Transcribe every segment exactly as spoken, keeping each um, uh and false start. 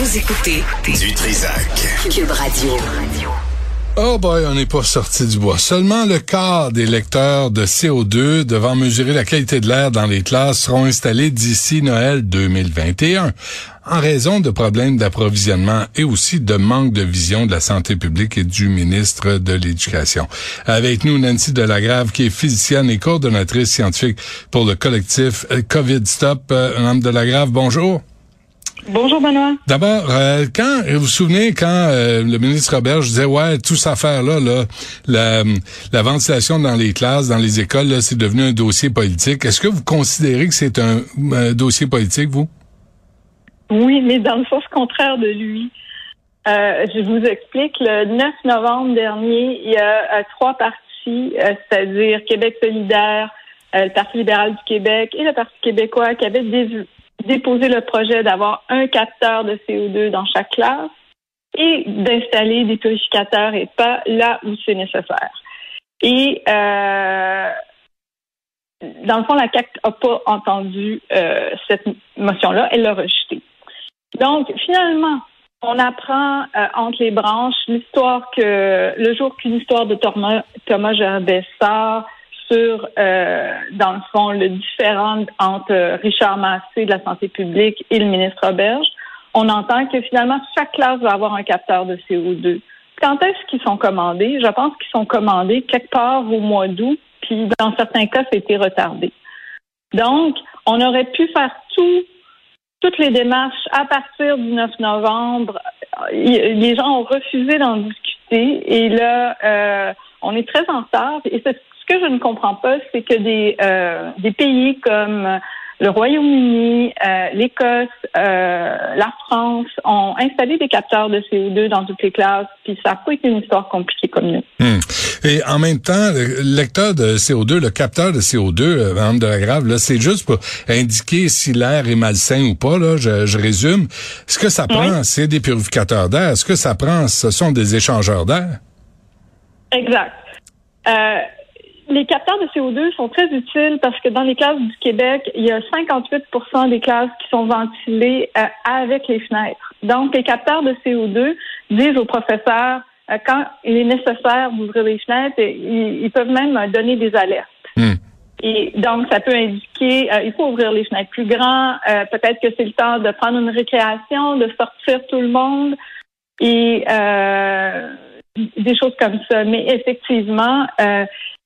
Vous écoutez du Trizac. Cube Radio. Oh boy, on n'est pas sorti du bois. Seulement le quart des lecteurs de C O deux devant mesurer la qualité de l'air dans les classes seront installés d'ici Noël deux mille vingt et un, en raison de problèmes d'approvisionnement et aussi de manque de vision de la santé publique et du ministre de l'Éducation. Avec nous, Nancy Delagrave, qui est physicienne et coordonnatrice scientifique pour le collectif COVID Stop. Euh, Madame Delagrave, bonjour. Bonjour Benoît. D'abord, euh, quand vous vous souvenez quand euh, le ministre Roberge disait ouais, toute cette affaire-là, là, la, la ventilation dans les classes, dans les écoles, là, c'est devenu un dossier politique. Est-ce que vous considérez que c'est un, un dossier politique, vous? Oui, mais dans le sens contraire de lui. Euh, je vous explique. Le neuf novembre dernier, il y a euh, trois partis, euh, c'est-à-dire Québec solidaire, euh, le Parti libéral du Québec et le Parti québécois, qui avaient dé- déposé le projet d'avoir un capteur de C O deux dans chaque classe et d'installer des purificateurs et pas là où c'est nécessaire. Et euh, dans le fond, la C A Q n'a pas entendu euh, cette motion-là, elle l'a rejetée. Donc, finalement, on apprend euh, entre les branches l'histoire que, le jour qu'une histoire de Thomas, Thomas Gerbet sort sur, euh, dans le fond, le différend entre Richard Massé de la santé publique et le ministre Roberge, on entend que finalement, chaque classe va avoir un capteur de C O deux. Quand est-ce qu'ils sont commandés? Je pense qu'ils sont commandés quelque part au mois d'août, puis dans certains cas, ça a été retardé. Donc, on aurait pu faire tout toutes les démarches à partir du neuf novembre. Les gens ont refusé d'en discuter et là, euh, on est très en retard. Et ce que je ne comprends pas, c'est que des, euh, des pays comme le Royaume-Uni, euh, l'Écosse, euh, la France ont installé des capteurs de C O deux dans toutes les classes, puis ça n'a pas été une histoire compliquée comme nous. Hum. Et en même temps, le lecteur de C O deux, le capteur de C O deux, euh, Madame Delagrave, là, c'est juste pour indiquer si l'air est malsain ou pas, là, je, je résume. Ce que ça prend, oui, c'est des purificateurs d'air. Ce que ça prend, ce sont des échangeurs d'air. Exact. Euh, Les capteurs de C O deux sont très utiles parce que dans les classes du Québec, il y a cinquante-huit pour cent des classes qui sont ventilées euh, avec les fenêtres. Donc, les capteurs de C O deux disent aux professeurs, euh, quand il est nécessaire d'ouvrir les fenêtres, ils, ils peuvent même donner des alertes. Mmh. Et donc, ça peut indiquer, euh, il faut ouvrir les fenêtres plus grands, euh, peut-être que c'est le temps de prendre une récréation, de sortir tout le monde, et euh, des choses comme ça. Mais effectivement, euh,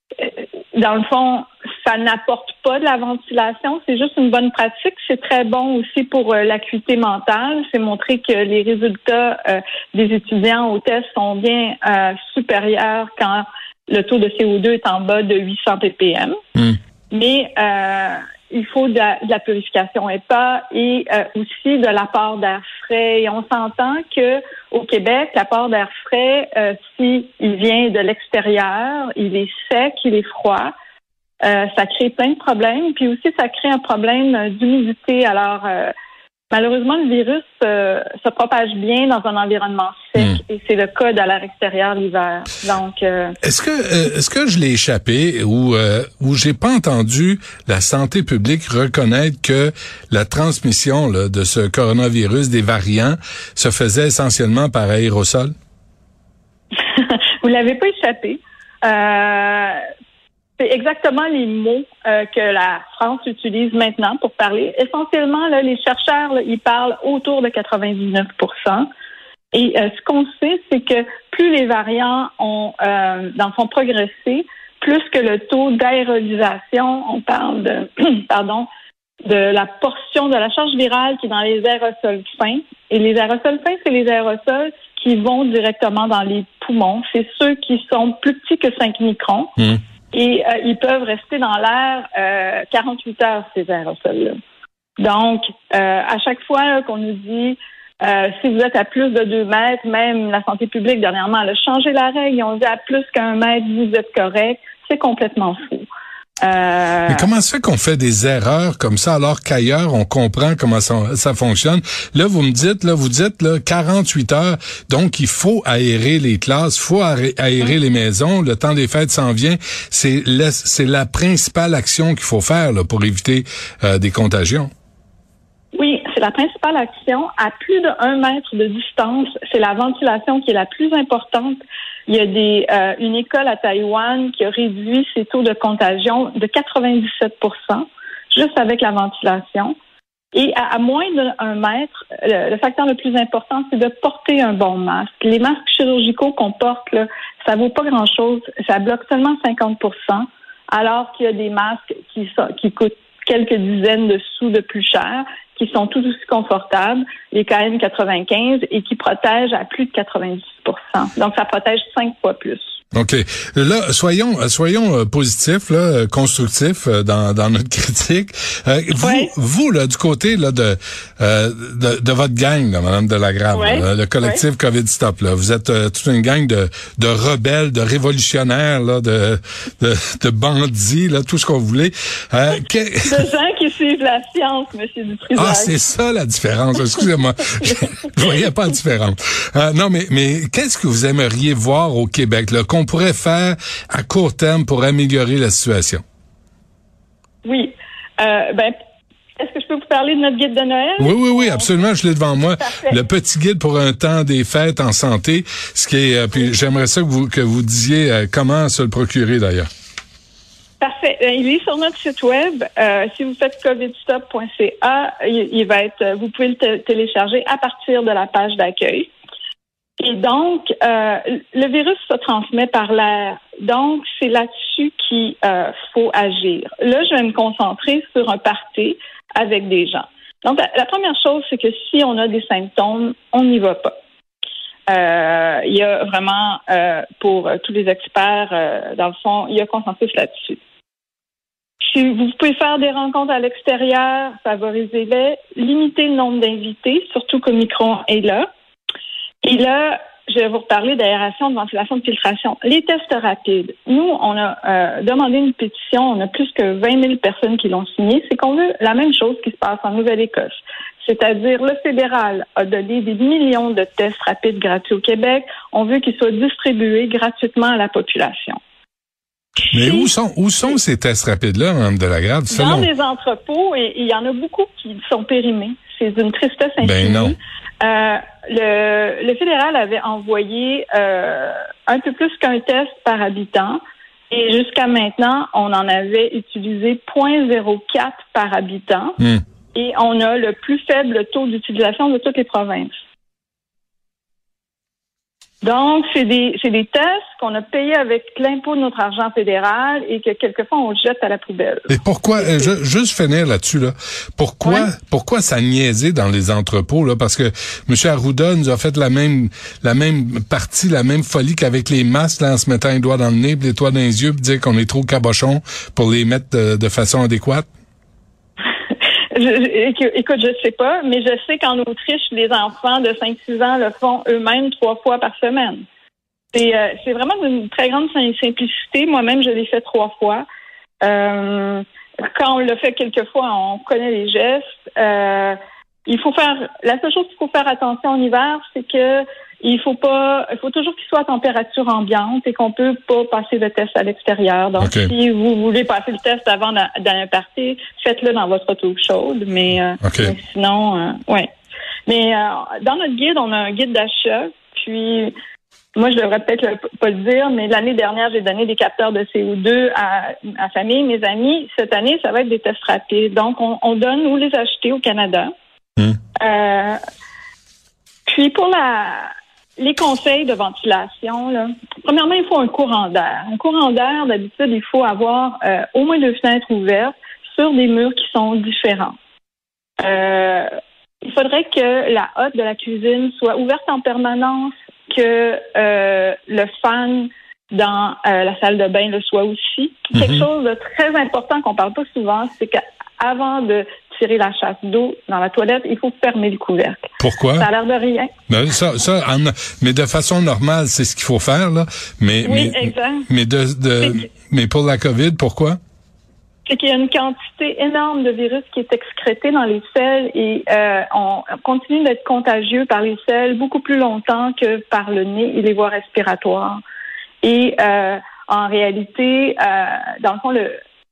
dans le fond, ça n'apporte pas de la ventilation, c'est juste une bonne pratique. C'est très bon aussi pour euh, l'acuité mentale. C'est montré que les résultats euh, des étudiants au test sont bien euh, supérieurs quand le taux de C O deux est en bas de huit cents ppm. Mm. Mais euh, il faut de la, de la purification E P A et euh, aussi de l'apport d'air frais. Et on s'entend que au Québec, l'apport d'air frais, euh, s'il vient de l'extérieur, il est sec, il est froid, euh, ça crée plein de problèmes. Puis aussi, ça crée un problème d'humidité. Alors, euh, malheureusement, le virus euh, se propage bien dans un environnement sec mmh. et c'est le cas à l'air extérieur l'hiver. Donc, euh, est-ce que euh, est-ce que je l'ai échappé ou euh, ou j'ai pas entendu la santé publique reconnaître que la transmission là, de ce coronavirus, des variants, se faisait essentiellement par aérosol? Vous l'avez pas échappé. Euh, C'est exactement les mots euh, que la France utilise maintenant pour parler. Essentiellement, là, les chercheurs, là, ils parlent autour de quatre-vingt-dix-neuf pour cent. Et euh, ce qu'on sait, c'est que plus les variants ont, euh, dans le fond, progressé, plus que le taux d'aérolisation, on parle de, pardon, de la portion de la charge virale qui est dans les aérosols fins. Et les aérosols fins, c'est les aérosols qui vont directement dans les poumons. C'est ceux qui sont plus petits que cinq microns. Mmh. Et euh, ils peuvent rester dans l'air euh, quarante-huit heures, ces aérosols-là. Donc, euh, à chaque fois là, qu'on nous dit euh, si vous êtes à plus de deux mètres, même la santé publique, dernièrement, elle a changé la règle. Ils ont dit à plus qu'un mètre, vous êtes correct. C'est complètement fou. Euh... Mais comment ça fait qu'on fait des erreurs comme ça alors qu'ailleurs on comprend comment ça, ça fonctionne? Là, vous me dites, là, vous dites là quarante-huit heures, donc il faut aérer les classes, il faut aérer mmh. les maisons. Le temps des fêtes s'en vient. C'est la, c'est la principale action qu'il faut faire là, pour éviter euh, des contagions. Oui, c'est la principale action. À plus de un mètre de distance, c'est la ventilation qui est la plus importante. Il y a des euh, une école à Taïwan qui a réduit ses taux de contagion de quatre-vingt-dix-sept pour cent juste avec la ventilation. Et à, à moins d'un mètre, le, le facteur le plus important, c'est de porter un bon masque. Les masques chirurgicaux qu'on porte, là, ça vaut pas grand-chose. Ça bloque seulement cinquante pour cent, alors qu'il y a des masques qui, sont, qui coûtent quelques dizaines de sous de plus cher, qui sont tout aussi confortables, les K N quatre-vingt-quinze, et qui protègent à plus de quatre-vingt-dix pour cent. Donc, ça protège cinq fois plus. OK. Là, soyons soyons euh, positifs, là, constructifs euh, dans, dans notre critique. Euh, vous, ouais. vous là, du côté là de euh, de, de votre gang, là, Madame Delagrave, ouais. là, le collectif ouais. COVID Stop, là, vous êtes euh, toute une gang de de rebelles, de révolutionnaires, là, de de, de bandits, là, tout ce qu'on voulait. Euh, que... De gens qui suivent la science, Monsieur Dutrisac. Ah, c'est ça la différence. Excusez-moi, je voyais pas la différence. Euh, non, mais mais qu'est-ce que vous aimeriez voir au Québec, là, qu'on pourrait faire à court terme pour améliorer la situation? Oui. Euh, ben, est-ce que je peux vous parler de notre guide de Noël? Oui, oui, oui, absolument. Je l'ai devant moi. Parfait. Le petit guide pour un temps des fêtes en santé. Ce qui est, euh, puis j'aimerais ça que vous que vous disiez euh, comment se le procurer d'ailleurs. Parfait. Il est sur notre site web. Euh, si vous faites covid stop point c a, il, il va être. Vous pouvez le t- télécharger à partir de la page d'accueil. Et donc, euh, le virus se transmet par l'air. Donc, c'est là-dessus qu'il euh, faut agir. Là, je vais me concentrer sur un party avec des gens. Donc, la, la première chose, c'est que si on a des symptômes, on n'y va pas. Euh, il y a vraiment, euh, pour euh, tous les experts, euh, dans le fond, il y a consensus là-dessus. Si vous pouvez faire des rencontres à l'extérieur, favorisez-les. Limitez le nombre d'invités, surtout qu'Omicron est là. Et là, je vais vous reparler d'aération, de ventilation, de filtration. Les tests rapides. Nous, on a euh, demandé une pétition. On a plus que vingt mille personnes qui l'ont signée. C'est qu'on veut la même chose qui se passe en Nouvelle-Écosse. C'est-à-dire, le fédéral a donné des millions de tests rapides gratuits au Québec. On veut qu'ils soient distribués gratuitement à la population. Mais où sont où sont ces tests rapides-là, Mme Delagrave? Dans des entrepôts, et il y en a beaucoup qui sont périmés. C'est d'une tristesse infinie. Ben non. Euh, le, le fédéral avait envoyé euh, un peu plus qu'un test par habitant, et jusqu'à maintenant, on en avait utilisé zéro virgule zéro quatre par habitant, mm. et on a le plus faible taux d'utilisation de toutes les provinces. Donc, c'est des, c'est des tests qu'on a payés avec l'impôt de notre argent fédéral et que quelquefois on jette à la poubelle. Et pourquoi, euh, je, juste finir là-dessus, là, pourquoi, ouais. pourquoi ça niaisait dans les entrepôts, là? Parce que M. Arruda nous a fait la même, la même partie, la même folie qu'avavec les masques, là, en se mettant les doigts dans le nez, les doigts dans les yeux, puis dire qu'on est trop cabochon pour les mettre de, de façon adéquate. Je, écoute, je sais pas, mais je sais qu'en Autriche, les enfants de cinq six ans le font eux-mêmes trois fois par semaine. C'est, euh, c'est vraiment d'une très grande simplicité. Moi-même, je l'ai fait trois fois. Euh, quand on le fait quelques fois, on connaît les gestes. Euh, il faut faire. La seule chose qu'il faut faire attention en hiver, c'est que il faut pas. Il faut toujours qu'il soit à température ambiante et qu'on peut pas passer le test à l'extérieur. Donc, okay. si vous voulez passer le test avant dans un party, faites-le dans votre auto chaude. Mais, euh, okay. mais sinon, euh, ouais. Mais euh, dans notre guide, on a un guide d'achat. Puis, moi, je devrais peut-être le, pas le dire, mais l'année dernière, j'ai donné des capteurs de C O deux à ma famille, mes amis. Cette année, ça va être des tests rapides. Donc, on, on donne où les acheter au Canada. Mmh. Euh, puis, pour la les conseils de ventilation, là, premièrement, il faut un courant d'air. Un courant d'air, d'habitude, il faut avoir euh, au moins deux fenêtres ouvertes sur des murs qui sont différents. Euh, il faudrait que la hotte de la cuisine soit ouverte en permanence, que euh, le fan dans euh, la salle de bain le soit aussi. Mm-hmm. Quelque chose de très important qu'on parle pas souvent, c'est qu'avant de tirer la chasse d'eau dans la toilette, il faut fermer le couvercle. Pourquoi? Ça a l'air de rien. Ben, ça, ça, en, mais de façon normale, c'est ce qu'il faut faire, là. Mais, oui, mais, exact. Mais de, de, que, mais pour la COVID, pourquoi? C'est qu'il y a une quantité énorme de virus qui est excrété dans les selles et euh, on continue d'être contagieux par les selles beaucoup plus longtemps que par le nez et les voies respiratoires. Et euh, en réalité, euh, dans le fond, le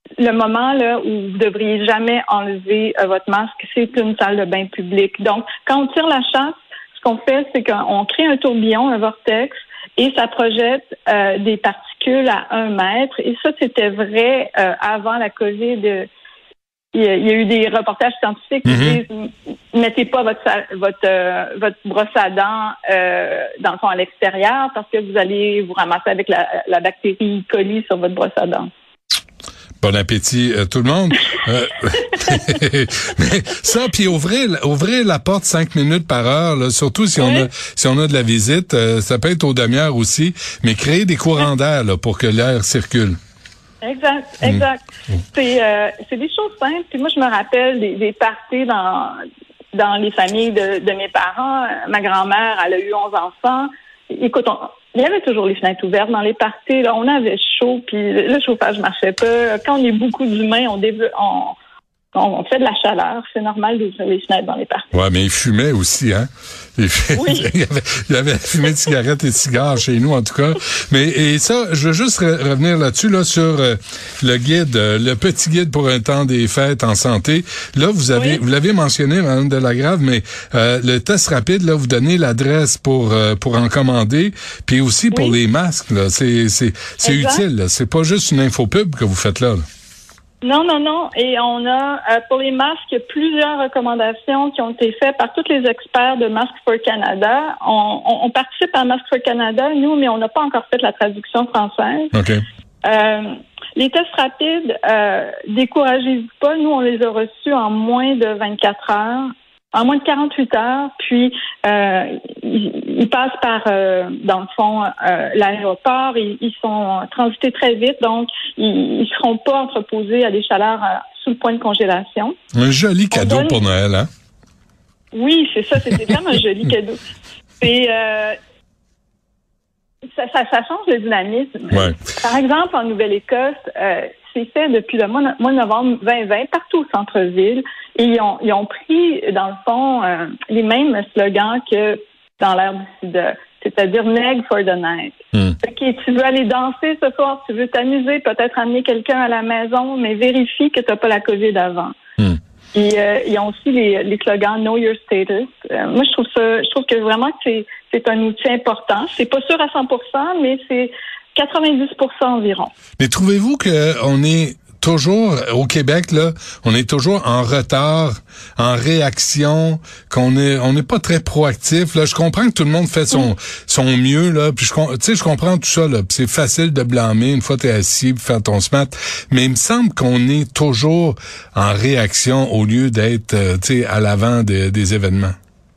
le moment là où vous devriez jamais enlever euh, votre masque, c'est une salle de bain publique. Donc, quand on tire la chasse, ce qu'on fait, c'est qu'on crée un tourbillon, un vortex, et ça projette euh, des particules à un mètre. Et ça, c'était vrai euh, avant la COVID. Euh, il, y a, il y a eu des reportages scientifiques qui mm-hmm. disent mettez pas votre votre euh, votre brosse à dents euh, dans le fond à l'extérieur parce que vous allez vous ramasser avec la, la bactérie E. coli sur votre brosse à dents. Bon appétit euh, tout le monde. Euh, mais ça, puis ouvrez, ouvrez la porte cinq minutes par heure, là, surtout si on oui. a si on a de la visite, euh, ça peut être aux demi-heures aussi, mais créer des courants d'air là, pour que l'air circule. Exact, exact. Mmh. C'est euh, c'est des choses simples. Puis moi, je me rappelle des, des parties dans dans les familles de, de mes parents. Ma grand-mère, elle a eu onze enfants. Écoute, on, il y avait toujours les fenêtres ouvertes dans les parties. Là, on avait chaud, puis le chauffage marchait pas. Quand on est beaucoup d'humains, on, déve, on, on fait de la chaleur. C'est normal d'ouvrir les fenêtres dans les parties. Ouais, mais il fumait aussi, hein. Il, oui. il, y avait, il y avait fumé de cigarettes et de cigares chez nous, en tout cas. Mais et ça, je veux juste re- revenir là-dessus, là, sur euh, le guide, euh, le petit guide pour un temps des fêtes en santé. Là, vous avez, oui. vous l'avez mentionné, Mme Delagrave, mais euh, le test rapide, là, vous donnez l'adresse pour euh, pour en commander, puis aussi pour oui. les masques. Là, c'est c'est c'est utile. Là. C'est pas juste une infopub que vous faites là. là. Non, non, non. Et on a, euh, pour les masques, plusieurs recommandations qui ont été faites par tous les experts de Masks for Canada. On, on, on participe à Masks for Canada, nous, mais on n'a pas encore fait la traduction française. OK. Euh, les tests rapides, euh, découragez-vous pas. Nous, on les a reçus en moins de vingt-quatre heures. En moins de quarante-huit heures, puis euh, ils, ils passent par, euh, dans le fond, euh, l'aéroport. Ils, ils sont transités très vite, donc ils ne seront pas entreposés à des chaleurs euh, sous le point de congélation. Un joli cadeau donne... pour Noël, hein? Oui, c'est ça, c'est vraiment un joli cadeau. C'est, euh, ça, ça, ça change le dynamisme. Ouais. Par exemple, en Nouvelle-Écosse, euh, c'est fait depuis le mois, mois de novembre vingt vingt, partout au centre-ville. Et ils ont, ils ont pris, dans le fond, euh, les mêmes slogans que dans l'ère du sida, c'est-à-dire « Neg for the night mm. ». OK, tu veux aller danser ce soir, tu veux t'amuser, peut-être amener quelqu'un à la maison, mais vérifie que tu n'as pas la COVID avant. Mm. Et euh, ils ont aussi les, les slogans « Know your status euh, ». Moi, je trouve ça, je trouve que vraiment que c'est, c'est un outil important. C'est pas sûr à cent pour cent, mais c'est quatre-vingt-dix pour cent environ. Mais trouvez-vous qu'on est toujours, au Québec, là, on est toujours en retard, en réaction, qu'on est, on n'est pas très proactif, là. Je comprends que tout le monde fait son, son mieux, là. Puis je, tu sais, je comprends tout ça, là. Puis c'est facile de blâmer une fois que t'es assis pour faire ton smat. Mais il me semble qu'on est toujours en réaction au lieu d'être, euh, tu sais, à l'avant de, des événements.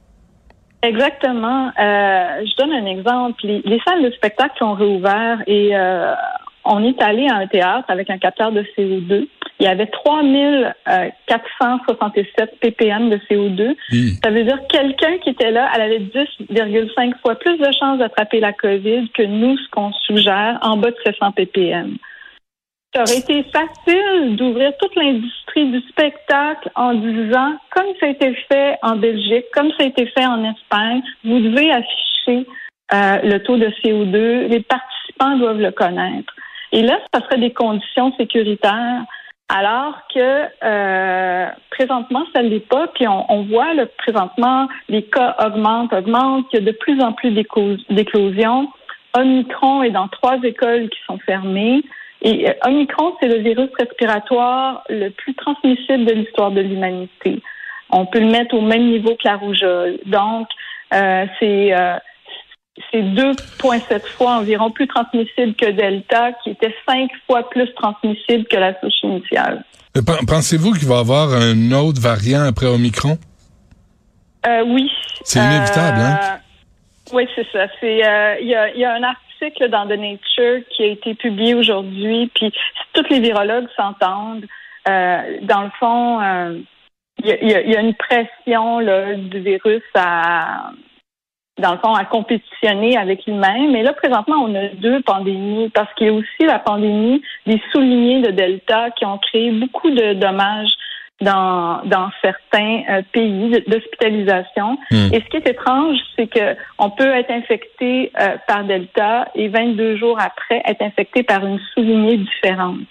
Exactement. Euh, je donne un exemple. Les, les salles de spectacle ont réouvert et euh, on est allé à un théâtre avec un capteur de C O deux. Il y avait trois mille quatre cent soixante-sept ppm de C O deux. Mmh. Ça veut dire que quelqu'un qui était là, elle avait dix virgule cinq fois plus de chances d'attraper la COVID que nous, ce qu'on suggère, en bas de sept cents ppm. Ça aurait été facile d'ouvrir toute l'industrie du spectacle en disant, comme ça a été fait en Belgique, comme ça a été fait en Espagne, vous devez afficher euh, le taux de C O deux. Les participants doivent le connaître. Et là, ça serait des conditions sécuritaires, alors que euh, présentement, ça ne l'est pas. Puis on, on voit, là, présentement, les cas augmentent, augmentent. Il y a de plus en plus d'éclosions. Omicron est dans trois écoles qui sont fermées. Et euh, Omicron, c'est le virus respiratoire le plus transmissible de l'histoire de l'humanité. On peut le mettre au même niveau que la rougeole. Donc, euh, c'est... Euh, C'est deux virgule sept fois environ plus transmissible que Delta, qui était cinq fois plus transmissible que la souche initiale. Pensez-vous qu'il va y avoir un autre variant après Omicron? Euh, oui. C'est inévitable, euh, hein? Oui, c'est ça. C'est euh, il y a, y a un article dans The Nature qui a été publié aujourd'hui, puis tous les virologues s'entendent. Euh, dans le fond, euh, il y, y, y a une pression là, du virus à... dans le fond, à compétitionner avec lui-même. Mais là, présentement, on a deux pandémies parce qu'il y a aussi la pandémie des soulignés de Delta qui ont créé beaucoup de dommages dans dans certains euh, pays d'hospitalisation. Mmh. Et ce qui est étrange, c'est que on peut être infecté euh, par Delta et vingt-deux jours après être infecté par une soulignée différente.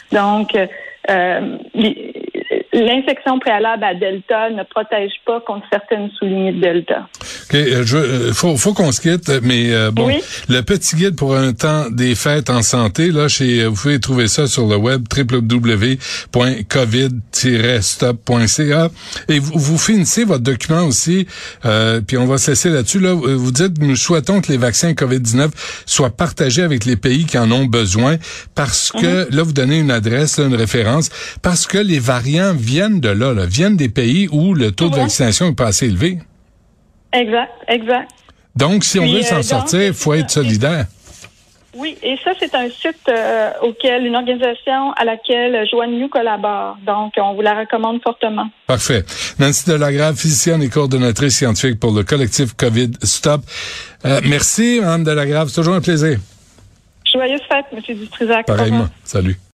Donc, euh, l'infection préalable à Delta ne protège pas contre certaines sous-lignées de Delta. OK, euh, je, euh, faut, faut qu'on se quitte, mais euh, bon, oui. Le petit guide pour un temps des fêtes en santé, là, chez, vous pouvez trouver ça sur le web, w w w point covid tiret stop point c a. Et vous, vous finissez votre document aussi, euh, puis on va se laisser là-dessus. Là, vous dites, nous souhaitons que les vaccins covid dix-neuf soient partagés avec les pays qui en ont besoin, parce que, mm-hmm. là, vous donnez une adresse, là, une référence, parce que les variants viennent de là, là, viennent des pays où le taux ouais. de vaccination est pas assez élevé. Exact, exact. Donc, si on Puis, veut s'en euh, sortir, il faut être solidaire. Oui, et ça, c'est un site euh, auquel, une organisation à laquelle Joanne Liu collabore. Donc, on vous la recommande fortement. Parfait. Nancy Delagrave, physicienne et coordonnatrice scientifique pour le collectif COVID Stop. Euh, merci, Mme Delagrave. C'est toujours un plaisir. Joyeuse fête, M. Dutrisac. Pareillement. Salut.